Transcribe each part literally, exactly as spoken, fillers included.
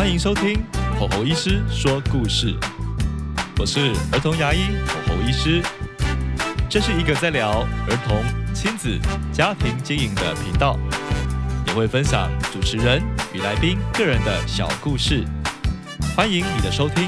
欢迎收听吼吼医师说故事，我是儿童牙医吼吼医师。这是一个在聊儿童、亲子、家庭经营的频道，也会分享主持人与来宾个人的小故事。欢迎你的收听。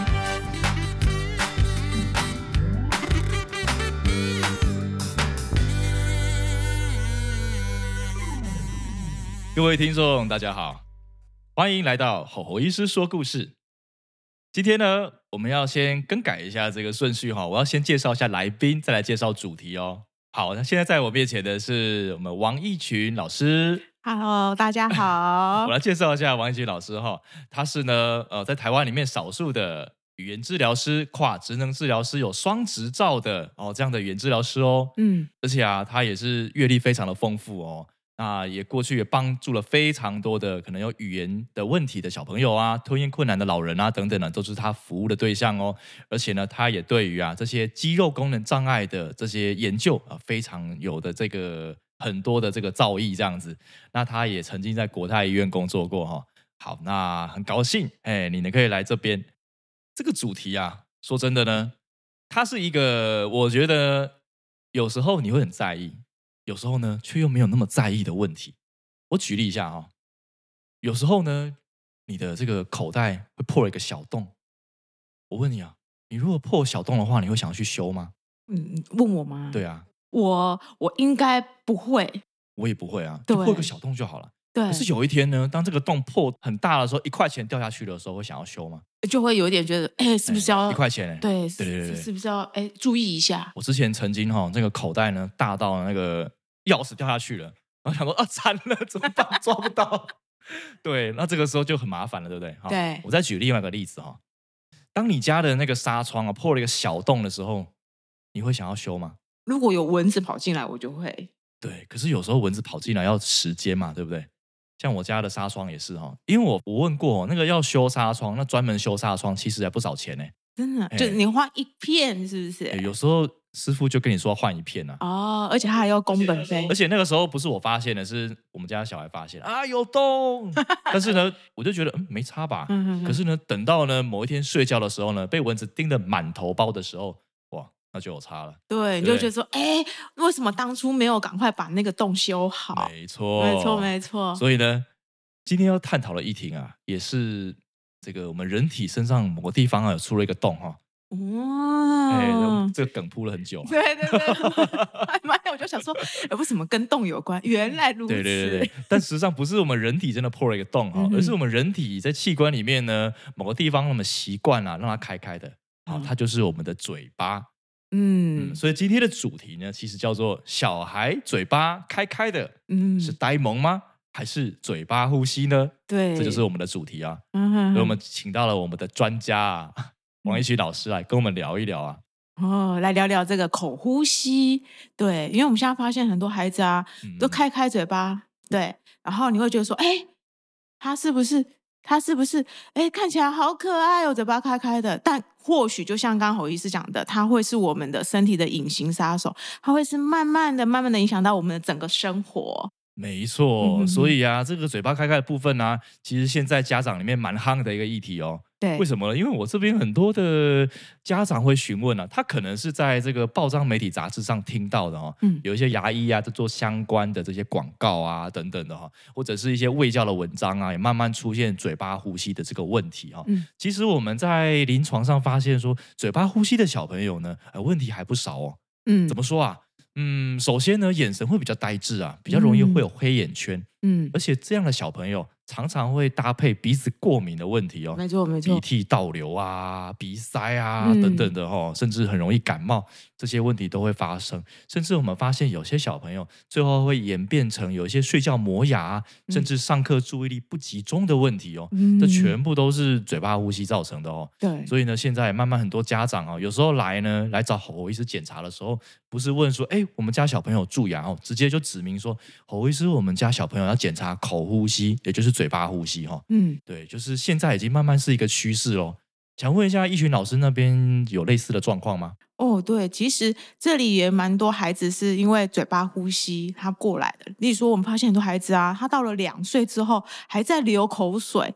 各位听众，大家好，欢迎来到吼吼医师说故事。今天呢，我们要先更改一下这个顺序哈，我要先介绍一下来宾，再来介绍主题哦。好，那现在在我面前的是我们王义群老师。 Hello， 大家好。 我来介绍一下王义群老师哈，他是呢呃在台湾里面少数的语言治疗师、跨职能治疗师，有双执照的哦这样的语言治疗师哦。嗯，而且啊，他也是阅历非常的丰富哦。那也过去也帮助了非常多的可能有语言的问题的小朋友啊，吞咽困难的老人啊等等的，都是他服务的对象哦。而且呢，他也对于啊这些肌肉功能障碍的这些研究啊，非常有的这个很多的这个造诣这样子。那他也曾经在国泰医院工作过哈、哦。好，那很高兴，哎，你呢可以来这边。这个主题啊，说真的呢，它是一个我觉得有时候你会很在意。有时候呢，却又没有那么在意的问题。我举例一下哦，有时候呢，你的这个口袋会破了一个小洞。我问你啊，你如果破小洞的话，你会想要去修吗？ 嗯，问我吗？ 对啊， 我我应该不会。 我也不会啊，就破一个小洞就好了。 对。 可是有一天呢，当这个洞破很大的时候，一块钱掉下去的时候，会想要修吗？ 就会有一点觉得，哎，是不是要一块钱？ 对对对对， 是不是要哎注意一下？ 我之前曾经哈、哦，那个口袋呢大到那个钥匙掉下去了，然后想说啊，惨了，怎么办？抓不到。对，那这个时候就很麻烦了，对不对？ 对。 我再举另外一个例子哈，当你家的那个纱窗啊破了一个小洞的时候，你会想要修吗？ 如果有蚊子跑进来，我就会。 对，可是有时候蚊子跑进来要时间嘛，对不对？像我家的纱窗也是哈，因为我我问过那个要修纱窗，那专门修纱窗其实还不少钱呢。 真的，就你换一片是不是？ 有时候师傅就跟你说换一片啊。 哦，而且他还要工本费。 而且那个时候不是我发现的，是我们家的小孩发现啊有洞。但是呢，我就觉得嗯没差吧。可是呢，等到呢某一天睡觉的时候呢，被蚊子叮得满头包的时候，哇，那就有差了。 对，你就觉得说，哎，为什么当初没有赶快把那个洞修好？ 没错， 没错，没错。 所以呢，今天要探讨的议题啊，也是这个我们人体身上某个地方啊有出了一个洞哈。哦，哎，这个梗铺了很久、啊。 对对对，妈呀！我就想说，哎，为什么跟洞有关？原来如此。 对对对对，但实际上不是我们人体真的破了一个洞哈、嗯，而是我们人体在器官里面呢某个地方我们习惯啊让它开开的，好、嗯，它就是我们的嘴巴。嗯, 嗯，所以今天的主题呢，其实叫做小孩嘴巴开开的，嗯，是呆萌吗？还是嘴巴呼吸呢？ 对，这就是我们的主题啊。嗯哼哼，所以我们请到了我们的专家啊，王义群老师来跟我们聊一聊啊。 哦，来聊聊这个口呼吸。对，因为我们现在发现很多孩子啊，嗯、都开开嘴巴，对，然后你会觉得说，哎，他是不是？他是不是哎看起来好可爱哦，嘴巴开开的？但或许就像刚刚侯医师讲的，它会是我们的身体的隐形杀手，它会是慢慢的、慢慢的影响到我们的整个生活。 没错，嗯、所以啊，这个嘴巴开开的部分呢、啊，其实现在家长里面蛮夯的一个议题哦。 对， 为什么呢？因为我这边很多的家长会询问啊，他可能是在这个报章媒体杂志上听到的哦，嗯，有一些牙医啊在做相关的这些广告啊等等的哈、哦，或者是一些卫教的文章啊，也慢慢出现嘴巴呼吸的这个问题哈、哦。嗯，其实我们在临床上发现说，嘴巴呼吸的小朋友呢，呃，问题还不少哦。嗯，怎么说啊？嗯，首先呢，眼神会比较呆滞啊，比较容易会有黑眼圈。嗯，而且这样的小朋友常常会搭配鼻子过敏的问题哦， 没错没错， 鼻涕倒流啊、鼻塞啊、嗯、等等的哦，甚至很容易感冒，这些问题都会发生。甚至我们发现有些小朋友最后会演变成有一些睡觉磨牙、啊嗯，甚至上课注意力不集中的问题哦，嗯、这全部都是嘴巴呼吸造成的哦。对，所以呢，现在慢慢很多家长哦，有时候来呢来找侯医师检查的时候，不是问说，哎，我们家小朋友蛀牙哦，直接就指明说，侯医师，我们家小朋友要检查口呼吸，也就是嘴巴呼吸哈、哦。嗯，对，就是现在已经慢慢是一个趋势咯。想问一下义群老师那边有类似的状况吗？ 哦，对，其实这里也蛮多孩子是因为嘴巴呼吸他过来的。例如说，我们发现很多孩子啊，他到了两岁之后还在流口水。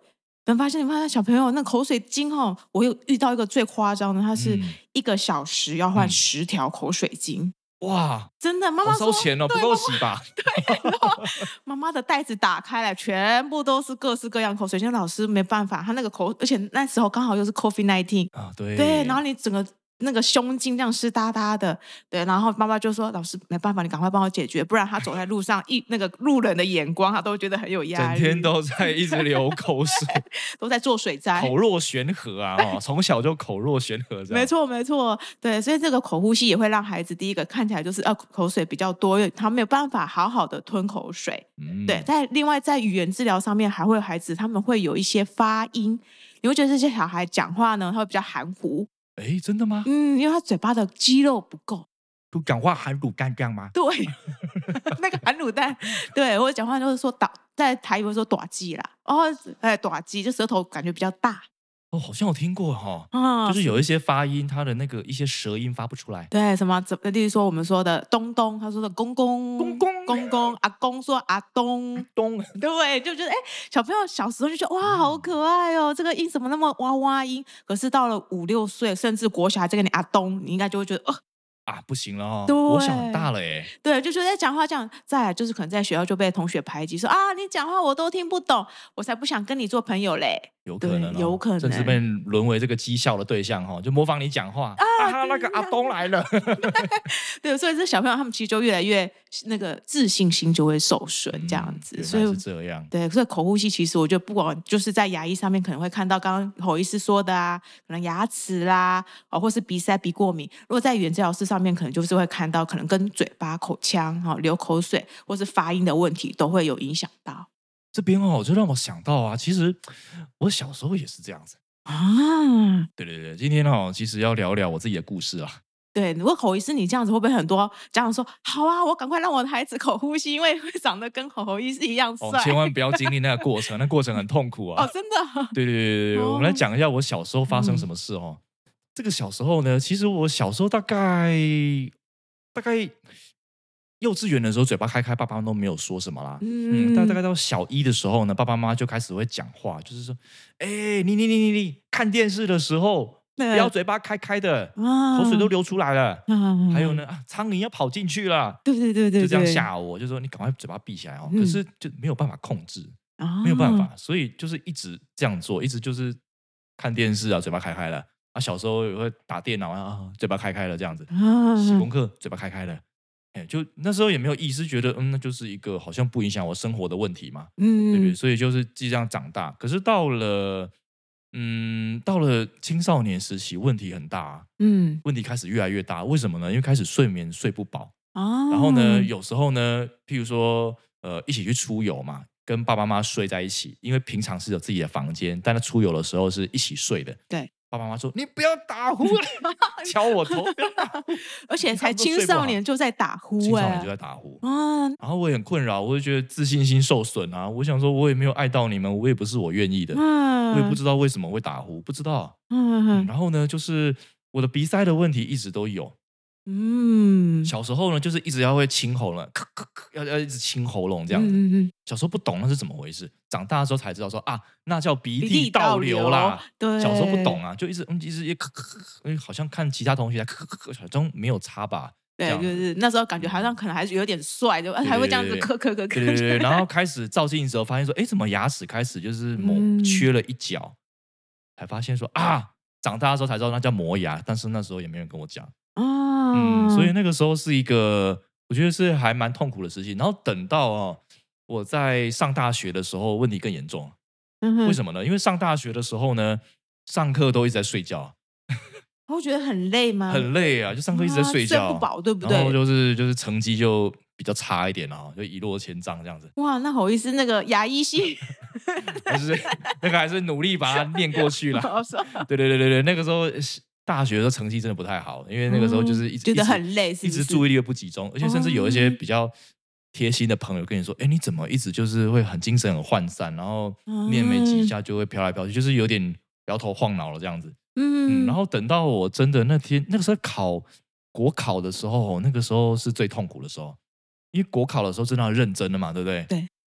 等发现你发现小朋友那口水巾哦，我有遇到一个最夸张的，他是一个小时要换十条口水巾。 哇， 真的，妈妈好烧钱哦，不够洗吧？ 对，然后妈妈的袋子打开来，全部都是各式各样口水巾。老师没办法，他那个口，而且那时候刚好又是 COVID 十九啊，对对，然后你整个那个胸襟这样湿哒哒的，对，然后妈妈就说：“老师没办法，你赶快帮我解决，不然他走在路上，一那个路人的眼光，他都觉得很有压力，整天都在一直流口水， 都在做水灾， 口若悬河啊！哦，从小就口若悬河，这样没错没错，对，所以这个口呼吸也会让孩子第一个看起来就是呃口水比较多，因为他没有办法好好的吞口水。嗯，对，在另外在语言治疗上面，还会有孩子他们会有一些发音，你会觉得这些小孩讲话呢，他会比较含糊。 哎，真的吗？ 嗯，因为他嘴巴的肌肉不够， 就讲话含卤蛋这样吗？ 对，那个含卤蛋，对，我讲话就是说打，在台语会说短鸡啦，哦，哎，短鸡就舌头感觉比较大。 哦，好像有听过哈、哦，啊、就是有一些发音，它的那个一些舌音发不出来。 对，什么？例如说我们说的东东，他说的公公， 公公公公，阿公说阿东东， 对，就觉得哎，小朋友小时候就觉得哇，好可爱哦，这个音怎么那么娃娃音？可是到了五六岁，甚至国小还在跟你阿东，你应该就会觉得哦。 啊，不行了哦，我想很大了哎。 对，就觉得在讲话这样，再来就是可能在学校就被同学排挤，说啊，你讲话我都听不懂，我才不想跟你做朋友嘞。 有可能、哦， 有可能， 甚至被沦为这个讥笑的对象哈、哦，就模仿你讲话啊，啊那个阿东来了。 对，所以这小朋友他们其实就越来越那个自信心就会受损，这样子。 嗯、 所以是这样。 对，所以口呼吸其实我觉得不管就是在牙医上面可能会看到刚刚侯医师说的啊，可能牙齿啦，哦，或是鼻塞、鼻过敏。如果在语言治疗室上面，可能就是会看到可能跟嘴巴、口腔、哈、哦、流口水或是发音的问题都会有影响到。 这边哦，就让我想到啊，其实我小时候也是这样子啊。对对对，今天哦，其实要聊聊我自己的故事啦。 对，如果口医师你这样子，会不会很多家长说好啊，我赶快让我的孩子口呼吸，因为会长得跟侯医师一样帅。 哦，千万不要经历那个过程，那过程很痛苦啊。 哦，真的。 对对对对，哦、我们来讲一下我小时候发生什么事哦。嗯、这个小时候呢，其实我小时候大概大概。幼稚园的时候，嘴巴开开，爸爸妈妈都没有说什么啦。嗯，但大概到小一的时候呢，爸爸妈妈就开始会讲话，就是说，哎、欸，你你你你你看电视的时候，不要嘴巴开开的，啊、口水都流出来了。啊、还有呢，啊，苍蝇要跑进去了。 对对对对， 就这样吓我，就说你赶快嘴巴闭起来哦。嗯、可是就没有办法控制， 啊、 没有办法，所以就是一直这样做，一直就是看电视啊，嘴巴开开了。啊，小时候也会打电脑啊，嘴巴开开了这样子。啊、写功课嘴巴开开了。就那时候也没有意识，觉得嗯，那就是一个好像不影响我生活的问题嘛，嗯，对不对？所以就是这样长大。可是到了嗯，到了青少年时期，问题很大、啊，嗯，问题开始越来越大。为什么呢？因为开始睡眠睡不饱，哦，然后呢，有时候呢，譬如说呃，一起去出游嘛，跟爸爸妈妈睡在一起，因为平常是有自己的房间，但他出游的时候是一起睡的， 对。 爸爸妈妈说：“你不要打呼了，敲我头，不要打呼。” 而且才青少年就在打呼、欸， 青少年就在打呼啊。然后我也很困扰，我就觉得自信心受损啊。我想说，我也没有爱到你们，我也不是我愿意的，嗯、我也不知道为什么会打呼，不知道。嗯，然后呢，就是我的鼻塞的问题一直都有。嗯，小时候呢，就是一直要会清喉咙，咳咳咳，要要一直清喉咙这样子。嗯嗯，小时候不懂那是怎么回事，长大的时候才知道说啊，那叫鼻涕倒流啦。对，小时候不懂啊，就一直嗯，一直也咳咳咳，好像看其他同学咳咳咳，好像没有差吧。 对，就是那时候感觉好像可能还是有点帅，就还会这样子咳咳咳咳。 对对对，然后开始照镜的时候，发现说，哎，怎么牙齿开始就是磨缺了一角，才发现说啊，长大的时候才知道那叫磨牙，但是那时候也没人跟我讲。嗯，所以那个时候是一个，我觉得是还蛮痛苦的事情。然后等到哦，我在上大学的时候，问题更严重。嗯、为什么呢？因为上大学的时候呢，上课都一直在睡觉。 我觉得很累吗？ 很累啊，就上课一直在睡觉， 啊、睡不饱，对不对？ 然后就是就是成绩就比较差一点啊，就一落千丈这样子。 哇，那好意思，那个牙医系， 还是那个还是努力把它念过去了。对对对对对，那个时候。大学的时候成绩真的不太好，因为那个时候就是一直、 嗯、觉得很累是不是， 一直注意力又不集中，而且甚至有一些比较贴心的朋友跟你说：“哎、嗯，你怎么一直就是会很精神很涣散，然后念没几下就会飘来飘去，嗯、就是有点摇头晃脑了这样子。嗯”嗯，然后等到我真的那天那个时候考国考的时候，那个时候是最痛苦的时候，因为国考的时候真的要认真的嘛，对不对？ 对。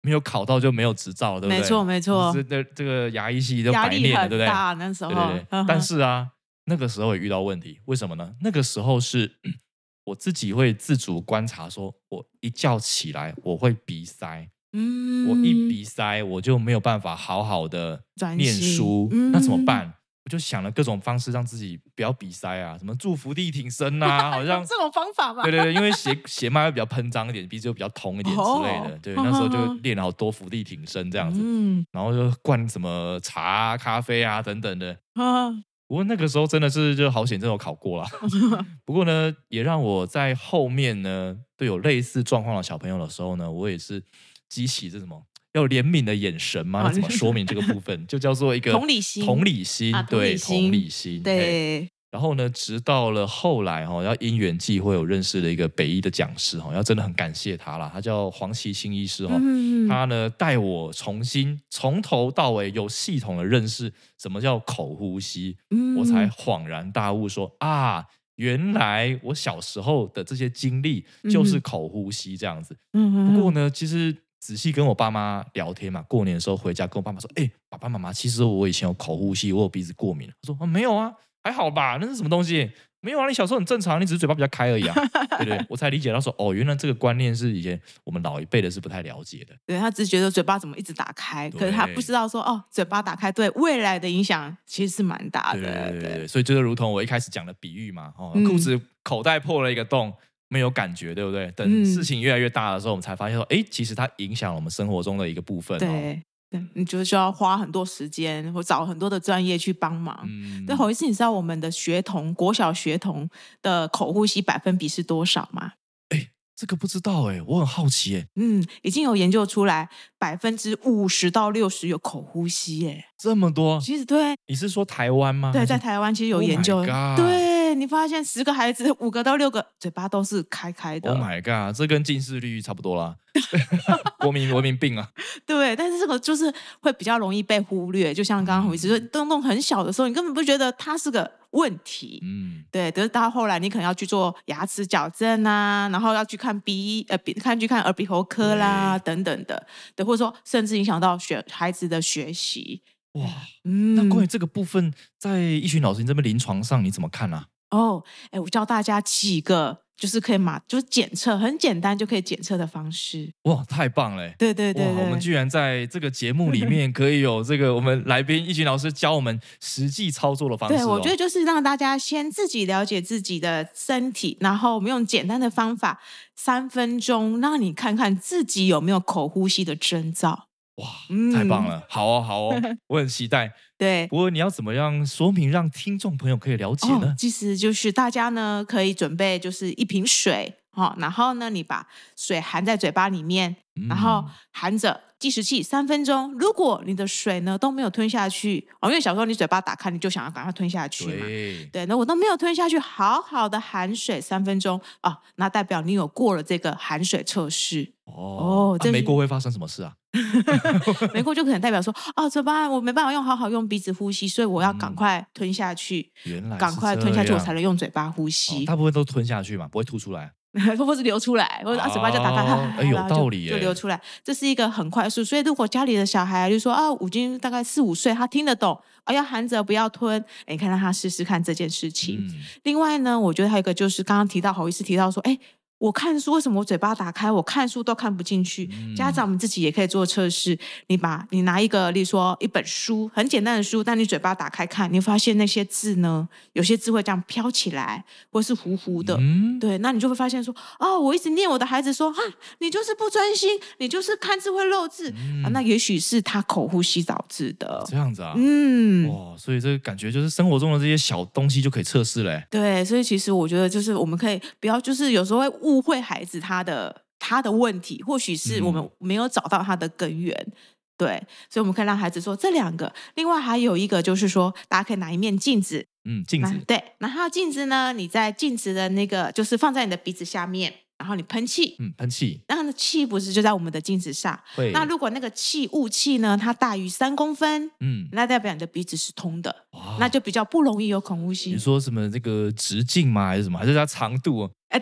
没有考到就没有执照，对不对？ 没错没错， 这这个牙医系都白念了，对不对？ 压力很大那时候。 对对对但是啊，那个时候也遇到问题，为什么呢？那个时候是我自己会自主观察说，我一觉起来我会鼻塞。嗯，我一鼻塞，我就没有办法好好的念书，嗯、那怎么办？我就想了各种方式让自己不要鼻塞啊，什么做伏地挺身啊，好像这种方法吧。 对对对，因为血血脉会比较喷张一点，鼻子又比较通一点之类的。哦、对，那时候就练了好多伏地挺身这样子，嗯、然后就灌什么茶、啊、咖啡啊等等的。啊不过那个时候真的是就好险，真的有考过啦。不过呢，也让我在后面呢，对有类似状况的小朋友的时候呢，我也是激起这什么要怜悯的眼神吗？要怎么说明这个部分？就叫做一个同理心， 同理心，啊、对，同理心， 对。 然后呢，直到了后来哈，要因缘际会，有认识了一个北医的讲师哈，要真的很感谢他啦，他叫黄其清医师哈，嗯、他呢带我重新从头到尾有系统的认识什么叫口呼吸，嗯、我才恍然大悟说啊，原来我小时候的这些经历就是口呼吸这样子。嗯、不过呢，其实仔细跟我爸妈聊天嘛，过年的时候回家跟我爸妈说，哎、欸，爸爸妈妈，其实我以前有口呼吸，我有鼻子过敏。他说啊，没有啊。还好吧，那是什么东西？没有啊，你小时候很正常，你只是嘴巴比较开而已啊，对不对？我才理解到说，哦，原来这个观念是以前我们老一辈的是不太了解的。 对，他只是觉得嘴巴怎么一直打开，可是他不知道说，哦，嘴巴打开对未来的影响其实是蛮大的。 对对 对, 对, 对，所以就是如同我一开始讲的比喻嘛，哦，裤子口袋破了一个洞。没有感觉，对不对？等事情越来越大的时候，我们才发现说，哎，其实它影响了我们生活中的一个部分。 对。对，你就需要花很多时间，或找很多的专业去帮忙。嗯，对，侯医师，你知道我们的学童国小学童的口呼吸百分比是多少吗？ 哎，这个不知道哎，我很好奇哎。 嗯，已经有研究出来，百分之五十到六十有口呼吸哎， 这么多。 其实对， 你是说台湾吗？ 对，在台湾其实有研究。 Oh my god 对，你发现十个孩子五个到六个嘴巴都是开开的。 Oh my god， 这跟近视率差不多啦。国民文明病啊。 对，但是这个就是会比较容易被忽略，就像刚刚侯医师说，动动很小的时候，你根本不觉得它是个问题。嗯，对，可是到后来你可能要去做牙齿矫正啊，然后要去看鼻呃看去看耳鼻喉科啦等等的，对，或者说甚至影响到学孩子的学习。 哇，嗯，那关于这个部分，在一群老师你这边临床上你怎么看啊？ 哦，哎，我教大家几个就是可以马就是检测很简单就可以检测的方式。 哇，太棒了！ 对对 对, 对， 我们居然在这个节目里面可以有这个我们来宾一群老师教我们实际操作的方式。 对，我觉得就是让大家先自己了解自己的身体，然后我们用简单的方法，三分钟让你看看自己有没有口呼吸的征兆。 哇，太棒了！好哦，好哦，我很期待。 对， 不过你要怎么样说明让听众朋友可以了解呢？ 哦、其实就是大家呢可以准备就是一瓶水，哦、然后呢你把水含在嘴巴里面，嗯、然后含着计时器三分钟。如果你的水呢都没有吞下去，哦，因为小时候你嘴巴打开，你就想要赶快吞下去嘛。对，对，那我都没有吞下去，好好的含水三分钟啊、哦，那代表你有过了这个含水测试。 哦，哦，没过会发生什么事啊？ 没过就可能代表说，哦，嘴巴我没办法用好好用鼻子呼吸，所以我要赶快吞下去。 原来赶快吞下去，我才能用嘴巴呼吸。 哦、大部分都吞下去嘛，不会吐出来。 或者是流出来，或者啊嘴巴就打开， 哎、哦，有道理耶， 就流出来。这是一个很快速，所以如果家里的小孩就说啊，已经大概四五岁，他听得懂啊，要含着不要吞，你看让他试试看这件事情。嗯、另外呢，我觉得还有一个就是刚刚提到侯医师提到说，哎。我看书为什么我嘴巴打开，我看书都看不进去？嗯、家长们自己也可以做测试。你把你拿一个，例如说一本书，很简单的书，但你嘴巴打开看，你发现那些字呢，有些字会这样飘起来，或是糊糊的。嗯、对，那你就会发现说，哦，我一直念我的孩子说，哈，你就是不专心，你就是看字会漏字、嗯啊、那也许是他口呼吸导致的。 这样子啊，嗯，哇，所以这个感觉就是生活中的这些小东西就可以测试嘞。 对，所以其实我觉得就是我们可以不要，就是有时候会误会孩子他的他的问题，或许是我们没有找到他的根源。嗯、对，所以我们可以让孩子说这两个。另外还有一个就是说，大家可以拿一面镜子， 嗯，镜子， 对，然后镜子呢，你在镜子的那个就是放在你的鼻子下面，然后你喷气， 嗯，喷气， 那个气不是就在我们的镜子上？那如果那个气雾气呢，它大于三公分，嗯，那代表你的鼻子是通的，那就比较不容易有口呼吸。 你说什么这个直径吗？还是什么？还是它长度？ 哎，对。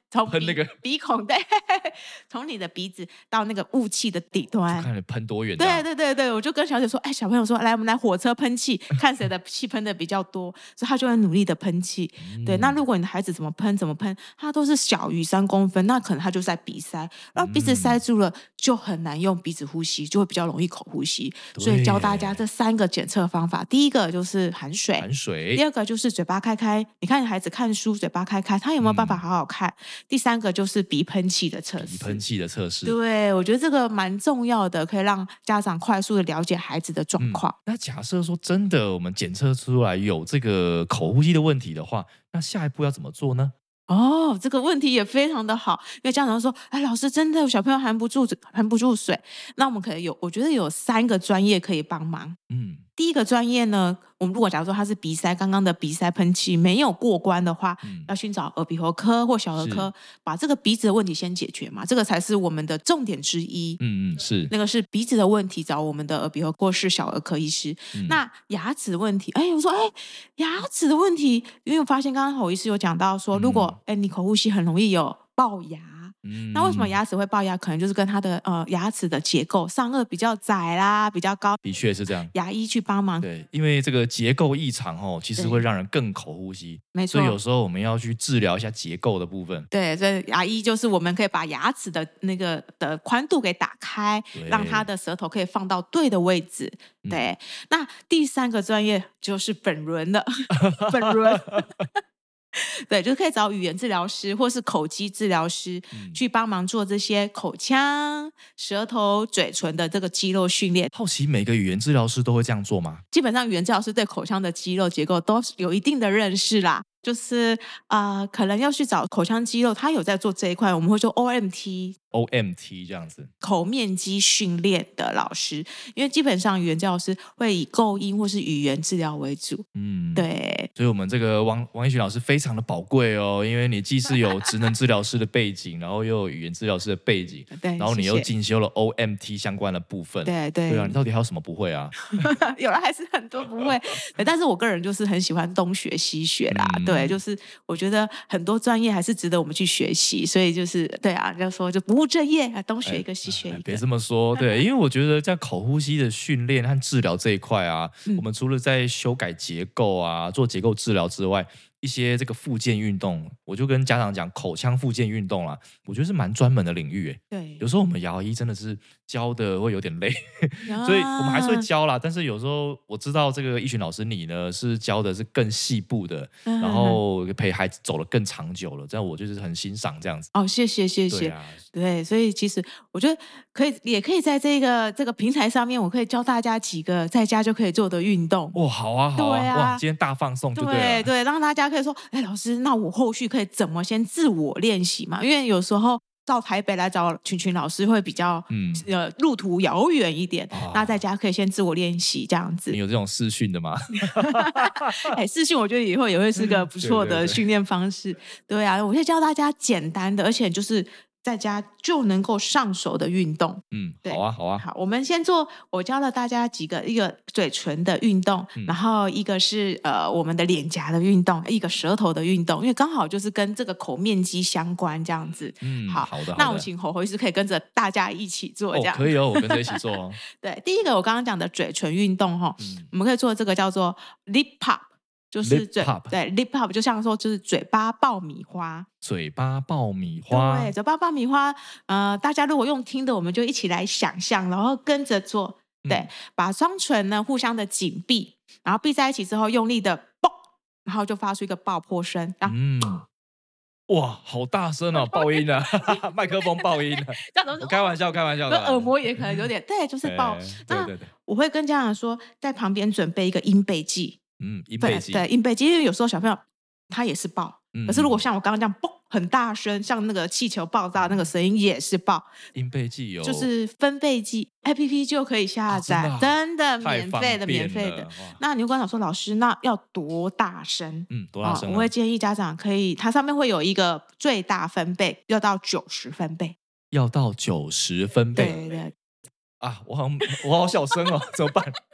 从喷那个鼻孔，对，从你的鼻子到那个雾气的底端， 看你喷多远、啊。 对对对对，我就跟小姐说，哎，小朋友说，来，我们来火车喷气，看谁的气喷的比较多，所以他就会努力的喷气。嗯、对，那如果你的孩子怎么喷怎么喷，他都是小于三公分，那可能他就在鼻塞，然后鼻子塞住了，就很难用鼻子呼吸，就会比较容易口呼吸。所以教大家这三个检测方法，第一个就是含水， 含水； 第二个就是嘴巴开开，你看孩子看书嘴巴开开，他有没有办法好好看？嗯、第三个就是鼻喷气的测试， 鼻喷气的测试。 对，我觉得这个蛮重要的，可以让家长快速的了解孩子的状况。 嗯、那假设说真的，我们检测出来有这个口呼吸的问题的话，那下一步要怎么做呢？ 哦，这个问题也非常的好，因为家长说，哎，老师真的小朋友含不住含不住水，那我们可以有，我觉得有三个专业可以帮忙。嗯。第一个专业呢，我们如果假如说他是鼻塞，刚刚的鼻塞喷气没有过关的话，嗯、要寻找耳鼻喉科或小儿科，把这个鼻子的问题先解决嘛，这个才是我们的重点之一。 嗯嗯，是那个是鼻子的问题，找我们的耳鼻喉或是小儿科医师。嗯、那牙齿的问题，哎，我说哎，牙齿的问题，因为我发现刚刚侯医师有讲到说，如果哎、嗯、你口呼吸很容易有龅牙。嗯、那为什么牙齿会龅牙？可能就是跟它的呃牙齿的结构，上颚比较窄啦，比较高。 的确是这样。 牙医去帮忙。 对，因为这个结构异常哦，其实会让人更口呼吸。 没错。 所以有时候我们要去治疗一下结构的部分。 对，所以牙医就是我们可以把牙齿的那个的宽度给打开，让他的舌头可以放到对的位置。对，嗯、那第三个专业就是本轮了，本轮。对，就是可以找语言治疗师或是口肌治疗师、嗯、去帮忙做这些口腔、舌头、嘴唇的这个肌肉训练。 好奇每个语言治疗师都会这样做吗？ 基本上语言治疗师对口腔的肌肉结构都有一定的认识啦。就是啊、呃，可能要去找口腔肌肉，他有在做这一块，我们会说 O M T。O M T 这样子， 口面肌训练的老师，因为基本上语言治疗师会以构音或是语言治疗为主，嗯，对， 所以我们这个王王一群老师非常的宝贵哦，因为你既是有职能治疗师的背景，然后又有语言治疗师的背景， 对， 然后你又进修了 O M T 相关的部分， 对对， 对啊，你到底还有什么不会啊？ 有了还是很多不会，但是我个人就是很喜欢东学西学啦，嗯、对，就是我觉得很多专业还是值得我们去学习，所以就是对啊，就说就不务正业啊，东学一个西学一个， 别这么说，对，因为我觉得在口呼吸的训练和治疗这一块啊，嗯、我们除了在修改结构啊，做结构治疗之外，一些这个复健运动，我就跟家长讲口腔复健运动啦，我觉得是蛮专门的领域诶。 对， 有时候我们牙医真的是教的会有点累，所以我们还是会教啦。但是有时候我知道这个一群老师你呢是教的是更细部的，嗯、然后陪孩子走了更长久了，这样我就是很欣赏这样子。 哦，谢谢谢谢，对啊，对，所以其实我觉得可以，也可以在这个这个平台上面，我可以教大家几个在家就可以做的运动。 哇，好啊好啊，啊哇，今天大放送就对了， 对对，让大家可以说，哎，老师，那我后续可以怎么先自我练习嘛？因为有时候到台北来找群群老师会比较，嗯，呃，路途遥远一点。哦、那在家可以先自我练习这样子。 你有这种视讯的吗？ 哎，视讯我觉得以后也会是个不错的训练方式。对, 对, 对, 对啊，我会教大家简单的，而且就是在家就能够上手的运动。 嗯，好啊，好啊。 好，我们先做，我教了大家几个，一个嘴唇的运动，嗯、然后一个是呃我们的脸颊的运动，一个舌头的运动，因为刚好就是跟这个口面肌相关这样子。 嗯， 好， 好的。 那我请侯侯医师可以跟着大家一起做，这样、 哦、可以哦，我跟着一起做哦。 对，第一个我刚刚讲的嘴唇运动哈、嗯，我们可以做这个叫做 lip pop。就是嘴 lip pop 对 lip pop 就像说就是嘴巴爆米花， 嘴巴爆米花， 对，嘴巴爆米花。呃，大家如果用听的，我们就一起来想象，然后跟着做。对，嗯、把双唇呢互相的紧闭，然后闭在一起之后，用力的爆，然后就发出一个爆破声。嗯， 哇，好大声哦，爆音啊，麦克风爆音啊！我开玩笑，开玩笑的。 耳膜也可能有点，对，就是爆。 欸、对对对， 我会跟家长说，在旁边准备一个音背剂。 嗯，音背剂， 对，音背剂，因为有时候小朋友他也是爆，嗯、可是如果像我刚刚这样嘣很大声，像那个气球爆炸那个声音也是爆。 音背剂有， 就是分贝剂 A P P 就可以下载，啊、真的, 真的免费的，免费的。那你会跟我说，老师，那要多大声？ 嗯，多大声、啊哦？我会建议家长可以，它上面会有一个最大分贝，要到九十分贝， 要到九十分贝。 对对。 啊，我好像我好小声哦，怎么办？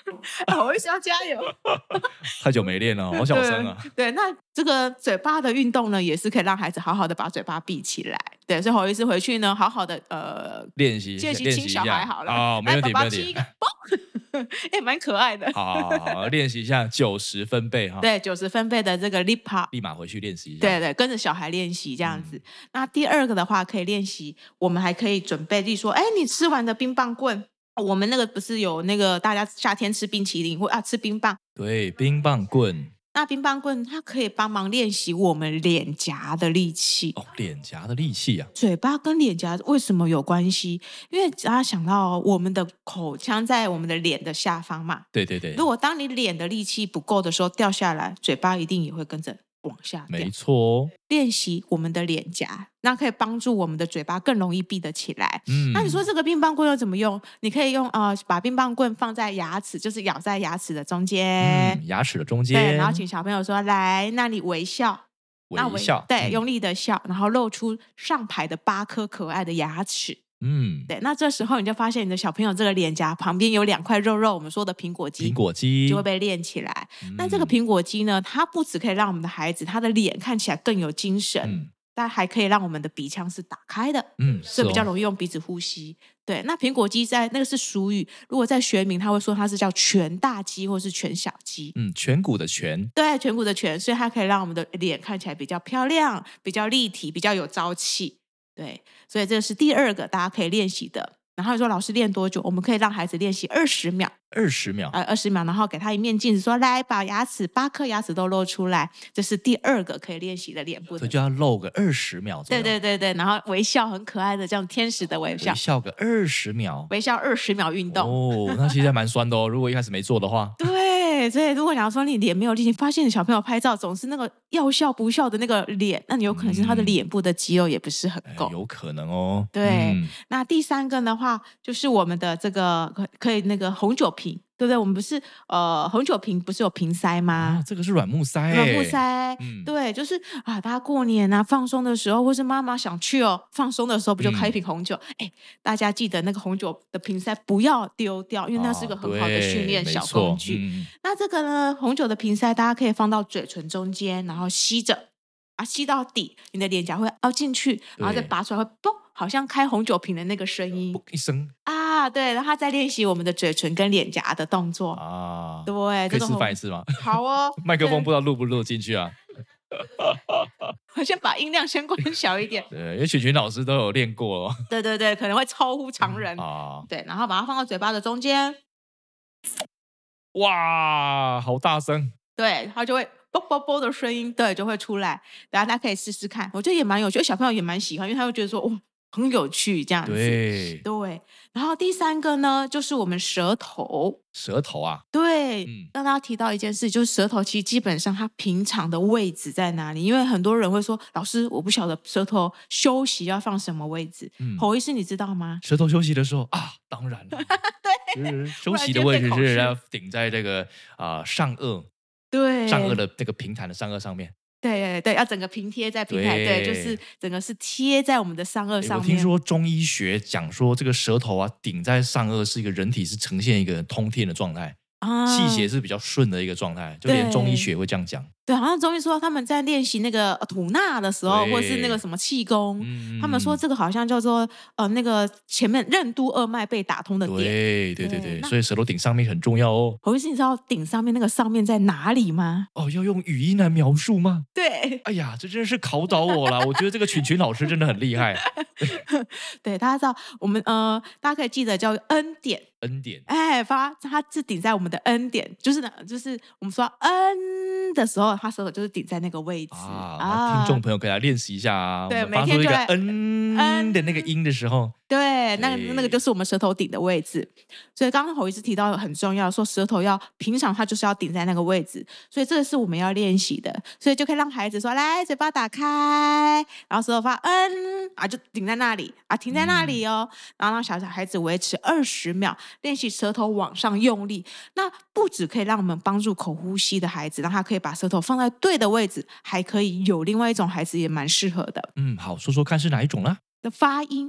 我一直要加油。 太久没练了，好小声啊。 对，对，那这个嘴巴的运动呢，也是可以让孩子好好的把嘴巴闭起来。对，所以侯医师回去呢，好好的呃练习练习亲小孩好了。 哦，没问题，没问题。 哎，蛮可爱的。 好，好，好，练习一下九十分贝哈。 对，九十分贝的这个 lip pop， 立马回去练习一下。 对对，跟着小孩练习这样子。嗯、那第二个的话，可以练习，我们还可以准备，例如说，哎，你吃完的冰棒棍，我们那个不是有那个大家夏天吃冰淇淋或啊吃冰棒？ 对，冰棒棍。 那冰棒棍它可以帮忙练习我们脸颊的力气哦，脸颊的力气啊， 嘴巴跟脸颊为什么有关系？因为大家想到我们的口腔在我们的脸的下方嘛， 对对对。 如果当你脸的力气不够的时候掉下来，嘴巴一定也会跟着往下掉。 没错哦。 练习我们的脸颊，那可以帮助我们的嘴巴更容易闭得起来。嗯，那你说这个冰棒棍又怎么用？你可以用呃，把冰棒棍放在牙齿，就是咬在牙齿的中间， 嗯、牙齿的中间。 对，然后请小朋友说来，那你微笑， 微笑， 对，嗯、用力的笑，然后露出上排的八颗可爱的牙齿。嗯，对，那这时候你就发现你的小朋友这个脸颊旁边有两块肉肉，我们说的苹果肌， 苹果肌就会被练起来。嗯、那这个苹果肌呢，它不只可以让我们的孩子他的脸看起来更有精神，嗯、但还可以让我们的鼻腔是打开的，嗯，所以比较容易用鼻子呼吸。对，那苹果肌在那个是俗语，如果在学名，他会说它是叫颧大肌或是颧小肌。 嗯，颧骨的颧， 对，颧骨的颧，所以它可以让我们的脸看起来比较漂亮、比较立体、比较有朝气。对，所以这是第二个大家可以练习的。然后你说老师练多久？我们可以让孩子练习二十秒， 二十秒， 呃，二十秒，然后给他一面镜子，说来把牙齿八颗牙齿都露出来，这是第二个可以练习的脸部的。 所以就要露个二十秒左右。 对对对对，然后微笑很可爱的这样天使的微笑， 微笑个二十秒， 微笑二十秒运动。 哦，那其实还蛮酸的哦。如果一开始没做的话， 对，所以如果假如说你脸没有力气，发现小朋友拍照总是那个要笑不笑的那个脸，那你有可能是他的脸部的肌肉也不是很够， 嗯、有可能哦。 对，嗯、那第三个的话就是我们的这个可可以那个红酒瓶。对不对？我们不是呃红酒瓶不是有瓶塞吗？ 啊、这个是软木塞， 软木塞，嗯、对，就是啊，大家过年啊放松的时候，或是妈妈想去哦放松的时候，不就开一瓶红酒？哎、嗯，大家记得那个红酒的瓶塞不要丢掉，因为那是个很好的训练小工具。嗯、那这个呢，红酒的瓶塞大家可以放到嘴唇中间，然后吸着啊，吸到底，你的脸颊会凹进去，然后再拔出来会嘣。好像开红酒瓶的那个声音， 一声啊，对，然后他在练习我们的嘴唇跟脸颊的动作啊，对， 可以示范一次吗？ 好哦， 麦克风不知道录不录进去啊？ 我先把音量先关小一点， 对，因为群群老师都有练过哦， 对对对，可能会超乎常人啊，对，然后把它放到嘴巴的中间， 哇，好大声， 对，它就会。啵啵啵的声音，对，就会出来。大家大家可以试试看，我觉得也蛮有趣，小朋友也蛮喜欢，因为他会觉得说，哇、哦，很有趣这样子。 对对。然后第三个呢，就是我们舌头。 舌头啊？ 对，嗯、让大家提到一件事，就是舌头其实基本上它平常的位置在哪里？因为很多人会说，老师，我不晓得舌头休息要放什么位置。嗯，侯医师，你知道吗？ 舌头休息的时候啊，当然了，对，休息的位置是要顶在这个啊、呃、上颚。 对， 上颚的这个平坦的上颚上面， 对对对，要整个平贴在平台，对，对，就是整个是贴在我们的上颚上面。 我听说中医学讲说，这个舌头啊顶在上颚是一个人体是呈现一个通天的状态，啊，气血是比较顺的一个状态，就连中医学会这样讲。 对，好像中医说他们在练习那个吐纳的时候，或是那个什么气功，嗯、他们说这个好像叫做呃那个前面任督二脉被打通的点。 对对对对，所以舌头顶上面很重要哦。 侯医师，你知道顶上面那个上面在哪里吗？ 哦，要用语音来描述吗？ 对。 哎呀，这真的是考倒我了。我觉得这个群群老师真的很厉害。 对，大家知道我们呃，大家可以记得叫恩典。 恩典， 哎，发它是顶在我们的恩典，就是呢，就是我们说恩的时候，它舌头就是顶在那个位置啊。啊听众朋友可以来练习一下啊， 对， 我们发出一个恩的那个音的时候， 对，那那个就是我们舌头顶的位置。所以刚刚侯医师提到很重要，说舌头要平常它就是要顶在那个位置，所以这个是我们要练习的，所以就可以让孩子说来，嘴巴打开，然后舌头发恩啊，就顶在那里啊，停在那里哦，嗯、然后让小小孩子维持二十秒。练习舌头往上用力，那不只可以让我们帮助口呼吸的孩子，让他可以把舌头放在对的位置，还可以有另外一种孩子也蛮适合的。 嗯，好，说说看是哪一种呢？ 的发音，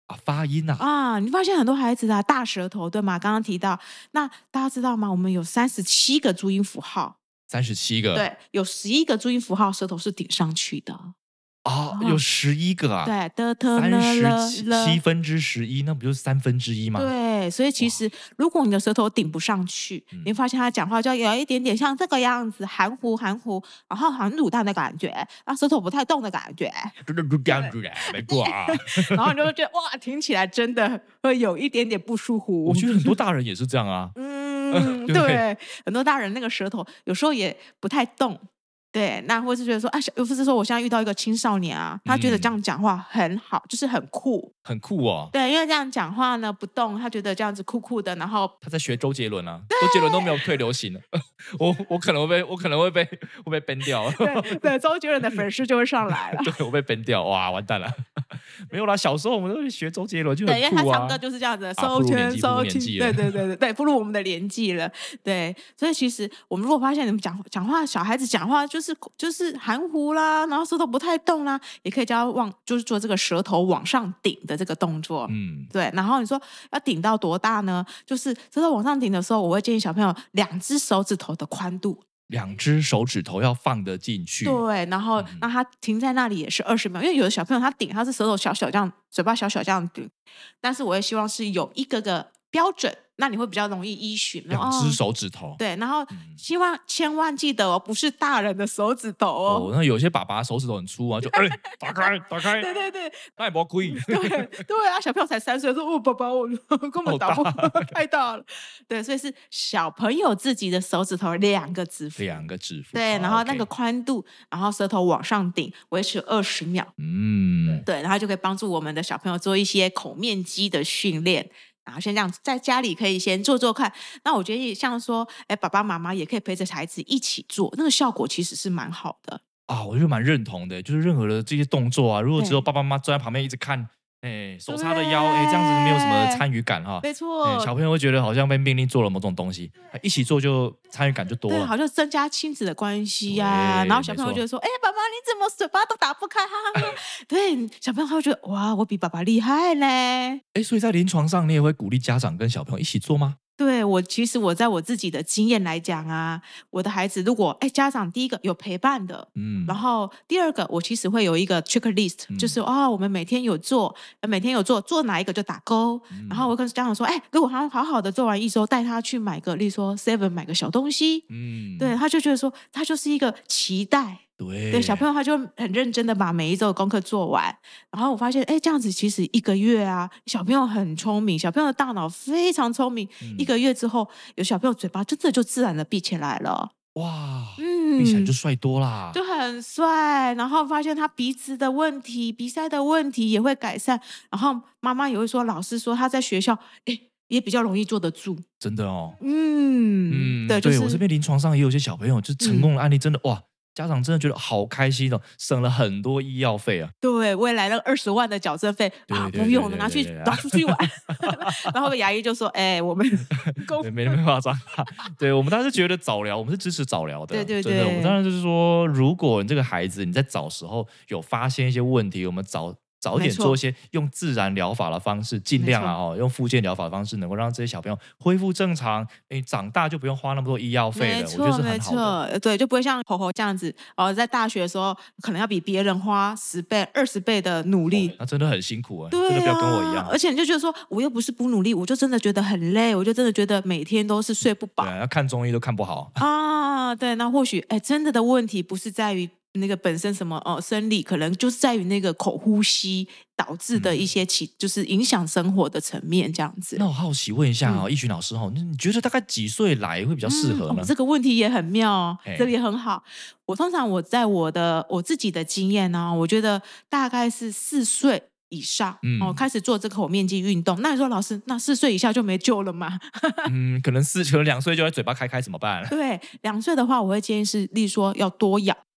啊，发音啊啊！你发现很多孩子啊，大舌头对吗？刚刚提到，那大家知道吗？我们有三十七个注音符号， 三十七个， 对，有十一个注音符号舌头是顶上去的。 啊，有十一个啊， 对，的特三呢十了七分之十一，那不就是三分之一吗？ 对，所以其实如果你的舌头顶不上去， 嗯你发现他讲话就有一点点像这个样子，含糊含糊，然后含卤蛋的感觉，然后舌头不太动的感觉， 这样子没错啊。 然后你就会觉得哇，听起来真的会有一点点不舒服。 我觉得很多大人也是这样啊。 嗯， 对不对对，很多大人那个舌头有时候也不太动。对，那或是觉得说啊，小又不是说我现在遇到一个青少年啊，他觉得这样讲话很好，就是很酷， 很酷哦。 对，因为这样讲话呢不动，他觉得这样子酷酷的，然后他在学周杰伦啊，周杰伦都没有退流行了，我我可能会被我可能会被会被 ban 掉。 对对，周杰伦的粉丝就会上来了。 对，我被 ban 掉，哇，完蛋了。没有啦，小时候我们都会学周杰伦，就很酷啊。 对，因为他唱歌就是这样子， 啊收圈收听，对对对对对对，不如我们的年纪了。对，所以其实我们如果发现你们讲讲话，小孩子讲话就是就是含糊啦，然后舌头不太动啦，也可以教往就是做这个舌头往上顶的这个动作。嗯，对。然后你说要顶到多大呢？就是舌头往上顶的时候，我会建议小朋友两只手指头的宽度。 两只手指头要放得进去， 对，然后让他停在那里也是二十秒，因为有的小朋友他顶他是舌头小小这样，嘴巴小小这样顶，但是我也希望是有一个个标准，那你会比较容易依循。 两只手指头， 哦、对，然后希望千万记得哦，不是大人的手指头哦。 哦，那有些爸爸手指头很粗啊，就哎、欸，打开打开， 对对对， 那也不亏。 对对啊，小朋友才三岁，说哦，爸爸我根本打不太大了。对，所以是小朋友自己的手指头两个指腹， 两个指腹， 对，然后那个宽度，然后舌头往上顶，维持二十秒。嗯，对，然后就可以帮助我们的小朋友做一些口面肌的训练。然后先这样在家里可以先做做看，那我觉得像说，哎，爸爸妈妈也可以陪着孩子一起做，那个效果其实是蛮好的啊，我就蛮认同的，就是任何的这些动作啊，如果只有爸爸妈妈坐在旁边一直看，哎，手叉的腰，哎，这样子没有什么参与感哈， 没错， 小朋友会觉得好像被命令做了某种东西，一起做就参与感就多了， 对，好像增加亲子的关系呀、啊。然后小朋友就说，哎，爸爸你怎么嘴巴都打不开？哈哈哈。对，小朋友他会觉得，哇，我比爸爸厉害嘞。 哎，所以在临床上你也会鼓励家长跟小朋友一起做吗？ 对，我其实我在我自己的经验来讲啊，我的孩子如果哎家长第一个有陪伴的，嗯，然后第二个我其实会有一个 checklist，、嗯、就是哦我们每天有做，每天有做做哪一个就打勾，嗯、然后我跟家长说，哎，如果他好好的做完一周，带他去买个，例如说 seven 买个小东西，嗯，对，他就觉得说他就是一个期待。 对, 对，小朋友他就很认真的把每一周的功课做完，然后我发现，哎，这样子其实一个月啊，小朋友很聪明，小朋友的大脑非常聪明，嗯、一个月之后，有小朋友嘴巴真的就自然的闭起来了。 哇，嗯，闭起来就帅多啦， 就很帅。然后发现他鼻子的问题、鼻塞的问题也会改善。然后妈妈也会说，老师说他在学校，哎，也比较容易坐得住。 真的哦， 嗯嗯，对， 对、 就是、 我这边临床上也有些小朋友，就成功的案例，真的、嗯、哇。家长真的觉得好开心哦，省了很多医药费啊！ 对，未来那二十万的矫正费啊，不用了，拿去拿出去玩。然后牙医就说：“哎、欸，我们没那么夸张。对我们当时觉得早疗，我们是支持早疗的。 对对对， 真的，我们当然就是说，如果你这个孩子你在早时候有发现一些问题，我们早。早一点做一些用自然疗法的方式，尽量啊哦，用复健疗法的方式，能够让这些小朋友恢复正常。哎，长大就不用花那么多医药费了，我觉得是很好的。 没错，对，就不会像猴猴这样子哦，在大学的时候可能要比别人花十倍、二十倍的努力， 哦、那真的很辛苦哎、欸， 对、啊， 真的不要跟我一样。 而且你就觉得说，我又不是不努力，我就真的觉得很累，我就真的觉得每天都是睡不饱， 对、啊，要看中医都看不好啊。对，那或许哎，真的的问题不是在于。那个本身什么哦生理，可能就是在于那个口呼吸导致的一些起，嗯、就是影响生活的层面这样子。 那我好奇问一下啊、哦，嗯、易群老师哈、哦，你觉得大概几岁来会比较适合呢？ 嗯哦、这个问题也很妙、哦，这个也很好。我通常我在我的我自己的经验呢、哦，我觉得大概是四岁以上，嗯、哦，开始做这个口面肌运动。那你说老师，那四岁以下就没救了吗？ 嗯，可能四可能两岁就在嘴巴开开怎么办？ 对，两岁的话，我会建议是，例如说要多咬。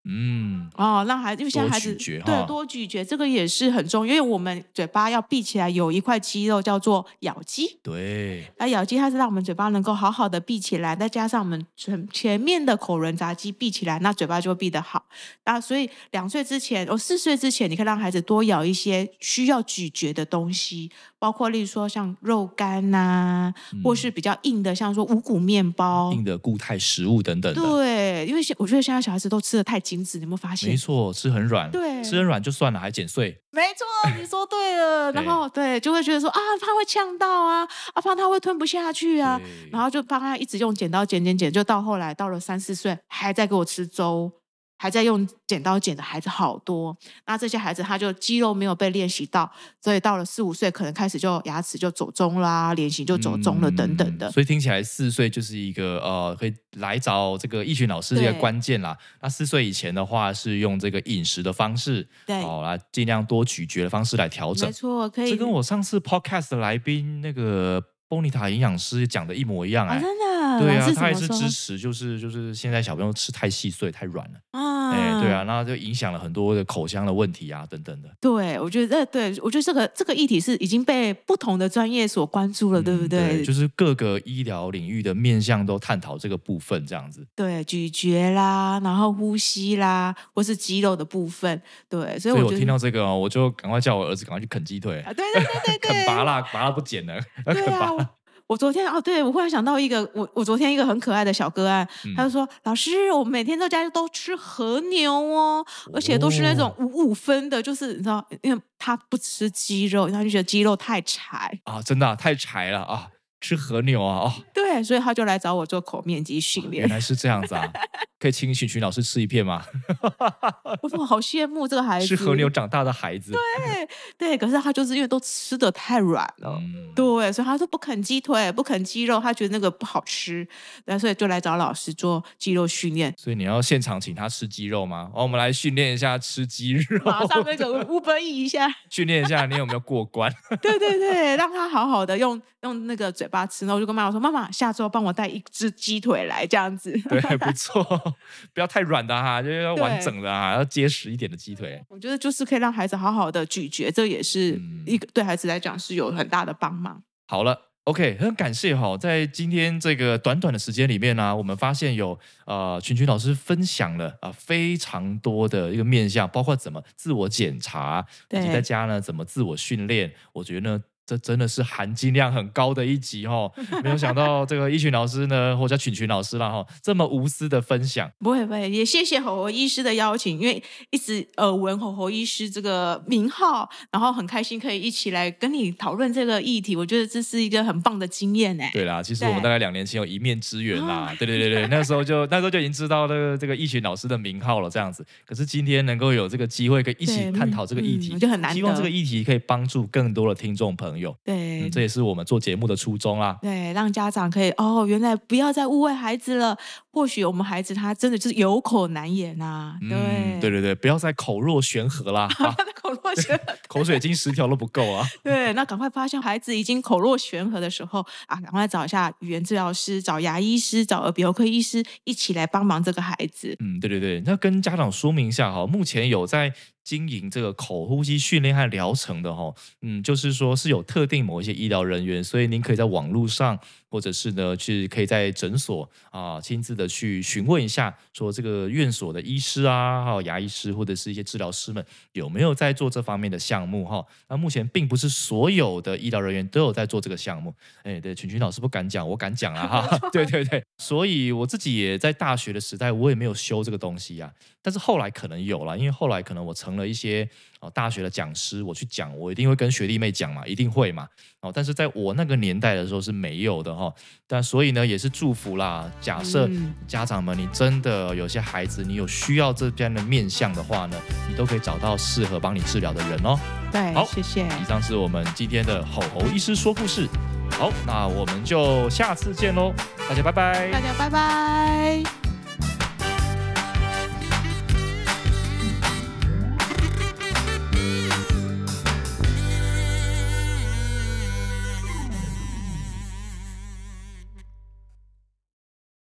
嗯，哦，让孩子因为现在孩子对多咀嚼，这个也是很重要，因为我们嘴巴要闭起来，有一块肌肉叫做咬肌。 对， 那咬肌它是让我们嘴巴能够好好的闭起来，再加上我们前前面的口轮匝肌闭起来，那嘴巴就会闭得好。那所以两岁之前，哦，四岁之前，你可以让孩子多咬一些需要咀嚼的东西，包括例如说像肉干呐、啊嗯，或是比较硬的，像说五谷面包、 硬的固态食物等等的。 对，因为我觉得现在小孩子都吃得太精致，你有没有发现？ 没错，吃很软， 对， 吃很软就算了，还剪碎。 没错，你说对了。然后对，就会觉得说啊，怕会呛到啊，啊，怕他会吞不下去啊，然后就帮他一直用剪刀剪剪剪，就到后来到了三四岁，还在给我吃粥。还在用剪刀剪的孩子好多，那这些孩子他就肌肉没有被练习到，所以到了四五岁可能开始就牙齿就走中啦，脸型就走中了等等的。 嗯、所以听起来四岁就是一个呃可以来找这个奕群老师的一个关键啦。那四岁以前的话是用这个饮食的方式， 对， 哦，来尽量多咀嚼的方式来调整。 没错，可以。 这跟我上次 podcast 的来宾那个波妮塔营养师讲的一模一样哎、欸哦，真的。 对啊，他也是支持，就是就是现在小朋友吃太细碎、太软了，啊，哎，对啊，然后就影响了很多的口腔的问题啊，等等的。 对，我觉得，对我觉得这个这个议题是已经被不同的专业所关注了，嗯、对不对？ 对，就是各个医疗领域的面向都探讨这个部分，这样子。 对，咀嚼啦，然后呼吸啦，或是肌肉的部分，对，所以我, 所以我听到这个哦，我就赶快叫我儿子赶快去啃鸡腿， 啊、对对对对对， 啃拔辣，拔辣不剪了，要啃拔辣。 我昨天哦，对，我忽然想到一个，我我昨天一个很可爱的小个案，嗯、他就说：“老师，我每天在家都吃和牛哦，而且都是那种五五分的，就是你知道，因为他不吃鸡肉，他就觉得鸡肉太柴啊，真的、啊、太柴了啊。”吃和牛啊！哦， 对，所以他就来找我做口面肌训练。 原来是这样子啊！可以请群群老师吃一片吗？ 我说我好羡慕这个孩子， 吃和牛长大的孩子。 对对，可是他就是因为都吃的太软了，嗯、对，所以他说不啃鸡腿，不啃鸡肉，他觉得那个不好吃，然后所以就来找老师做肌肉训练。 所以你要现场请他吃鸡肉吗？哦，我们来训练一下吃鸡肉， 马上那个Uber Eats一下， 训练一下你有没有过关？ 对对对，让他好好的用用那个嘴巴吃，然后我就跟妈妈说：“妈妈，下周帮我带一只鸡腿来，这样子。” 对，不错，不要太软的哈，就要完整的哈，要结实一点的鸡腿。 我觉得就是可以让孩子好好的咀嚼，这也是一个对孩子来讲是有很大的帮忙。 好了。OK， 很感谢哈，在今天这个短短的时间里面呢、啊，我们发现有呃群群老师分享了啊、呃、非常多的一个面向，包括怎么自我检查，以及在家呢怎么自我训练。我觉得呢，这真的是含金量很高的一集哈，没有想到这个奕群老师呢，或者叫群群老师啦哈，这么无私的分享。 不会不会，也谢谢吼吼医师的邀请，因为一直耳闻吼吼医师这个名号，然后很开心可以一起来跟你讨论这个议题，我觉得这是一个很棒的经验哎。 对啦，其实我们大概两年前有一面之缘啦，哦、对对对对，那时候就那时候就已经知道这个这个奕群老师的名号了这样子。可是今天能够有这个机会，可以一起探讨这个议题， 嗯嗯、我觉得很难得。 希望这个议题可以帮助更多的听众朋友。 对。 嗯，这也是我们做节目的初衷啦。 对，让家长可以哦，原来不要再误会孩子了。或许我们孩子他真的就是有口难言啊。对、 嗯，对对对，不要再口若悬河啦。啊、 口若悬河， 口水经十条都不够啊。 对，那赶快发现孩子已经口若悬河的时候啊，赶快找一下语言治疗师、找牙医师、找耳鼻喉科医师一起来帮忙这个孩子。 嗯，对对对，那跟家长说明一下哈，目前有在经营这个口呼吸训练和疗程的哈，嗯，就是说是有特定某一些医疗人员，所以您可以在网络上，或者是呢，去可以在诊所啊亲自的去询问一下，说这个院所的医师啊，还有牙医师或者是一些治疗师们有没有在做这方面的项目哈。那目前并不是所有的医疗人员都有在做这个项目，哎，对，群群老师不敢讲，我敢讲啊哈，对对对，所以我自己也在大学的时代，我也没有修这个东西啊，但是后来可能有了，因为后来可能我成了一些哦大学的讲师，我去讲，我一定会跟学弟妹讲嘛，一定会嘛，哦，但是在我那个年代的时候是没有的哈、哦，但所以呢也是祝福啦。假设家长们你真的有些孩子你有需要这边的面向的话呢，你都可以找到适合帮你治疗的人哦。 对， 好， 谢谢。 以上是我们今天的吼吼医师说故事。好，那我们就下次见喽，大家拜拜， 大家拜拜。